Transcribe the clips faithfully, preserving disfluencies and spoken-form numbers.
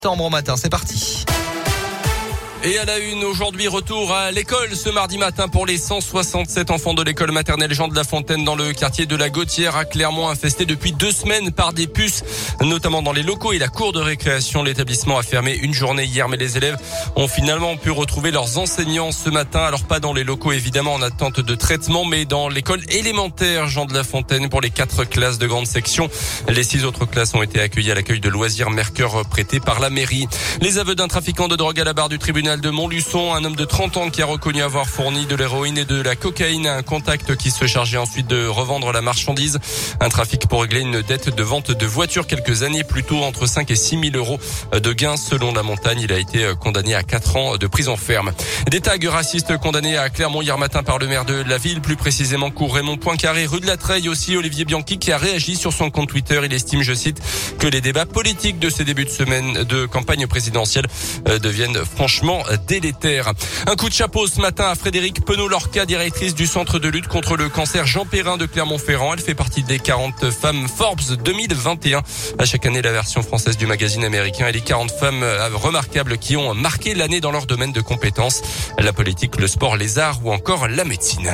Septembre matin, c'est parti. Et à la une, aujourd'hui, retour à l'école ce mardi matin pour les cent soixante-sept enfants de l'école maternelle Jean de La Fontaine dans le quartier de la Gautière à Clermont, infesté depuis deux semaines par des puces, notamment dans les locaux et la cour de récréation. L'établissement a fermé une journée hier, mais les élèves ont finalement pu retrouver leurs enseignants ce matin. Alors pas dans les locaux évidemment en attente de traitement, mais dans l'école élémentaire Jean de La Fontaine pour les quatre classes de grande section. Les six autres classes ont été accueillies à l'accueil de loisirs Mercure prêté par la mairie. Les aveux d'un trafiquant de drogue à la barre du tribunal de Montluçon, un homme de trente ans qui a reconnu avoir fourni de l'héroïne et de la cocaïne à un contact qui se chargeait ensuite de revendre la marchandise. Un trafic pour régler une dette de vente de voitures quelques années plus tôt, entre cinq et six mille euros de gains selon la montagne. Il a été condamné à quatre ans de prison ferme. Des tags racistes condamnés à Clermont hier matin par le maire de la ville, plus précisément cours Raymond Poincaré, rue de la Treille. Aussi Olivier Bianchi qui a réagi sur son compte Twitter. Il estime, je cite, que les débats politiques de ces débuts de semaine de campagne présidentielle deviennent franchement délétères. Un coup de chapeau ce matin à Frédéric Penaud-Lorca, directrice du centre de lutte contre le cancer Jean Perrin de Clermont-Ferrand. Elle fait partie des quarante femmes Forbes deux mille vingt et un. À chaque année, la version française du magazine américain et les quarante femmes remarquables qui ont marqué l'année dans leur domaine de compétences. La politique, le sport, les arts ou encore la médecine.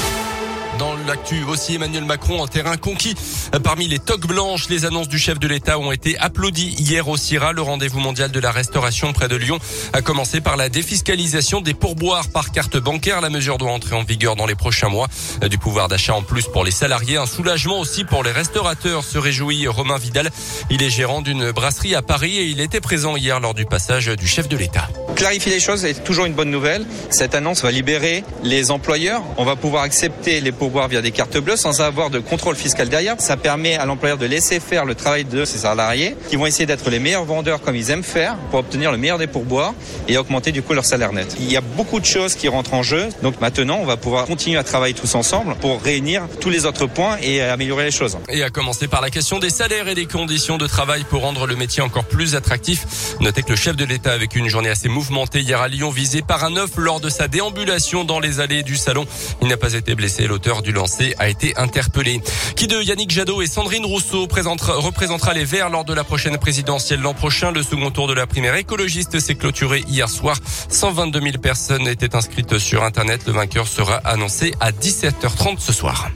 Dans l'actu aussi, Emmanuel Macron en terrain conquis. Parmi les toques blanches, les annonces du chef de l'État ont été applaudies hier au CIRA, le rendez-vous mondial de la restauration près de Lyon, a commencé par la défiscalisation des pourboires par carte bancaire. La mesure doit entrer en vigueur dans les prochains mois. Du pouvoir d'achat en plus pour les salariés, un soulagement aussi pour les restaurateurs, se réjouit Romain Vidal. Il est gérant d'une brasserie à Paris et il était présent hier lors du passage du chef de l'État. Clarifier les choses est toujours une bonne nouvelle. Cette annonce va libérer les employeurs. On va pouvoir accepter les pourboires via des cartes bleues sans avoir de contrôle fiscal derrière. Ça permet à l'employeur de laisser faire le travail de ses salariés qui vont essayer d'être les meilleurs vendeurs comme ils aiment faire pour obtenir le meilleur des pourboires et augmenter du coup leur salaire net. Il y a beaucoup de choses qui rentrent en jeu. Donc maintenant, on va pouvoir continuer à travailler tous ensemble pour réunir tous les autres points et améliorer les choses. Et à commencer par la question des salaires et des conditions de travail pour rendre le métier encore plus attractif. Notez que le chef de l'État, avec une journée assez mouvementée hier à Lyon, visé par un œuf lors de sa déambulation dans les allées du salon. Il n'a pas été blessé. L'auteur du lancer a été interpellé. Qui de Yannick Jadot et Sandrine Rousseau représentera les Verts lors de la prochaine présidentielle l'an prochain. Le second tour de la primaire écologiste s'est clôturé hier soir. cent vingt-deux mille personnes étaient inscrites sur Internet. Le vainqueur sera annoncé à dix-sept heures trente ce soir.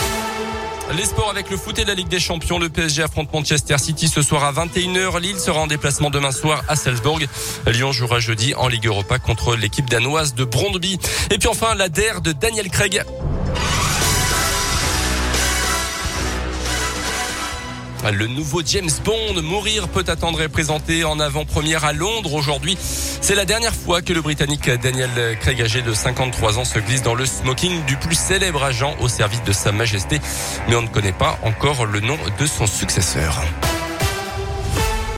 Les sports avec le foot et la Ligue des Champions. Le P S G affronte Manchester City ce soir à vingt et une heures. Lille sera en déplacement demain soir à Salzbourg. Lyon jouera jeudi en Ligue Europa contre l'équipe danoise de Brøndby. Et puis enfin, la D E R de Daniel Craig. Le nouveau James Bond, Mourir peut attendre, est présenté en avant-première à Londres aujourd'hui. C'est la dernière fois que le Britannique Daniel Craig, âgé de cinquante-trois ans, se glisse dans le smoking du plus célèbre agent au service de Sa Majesté. Mais on ne connaît pas encore le nom de son successeur.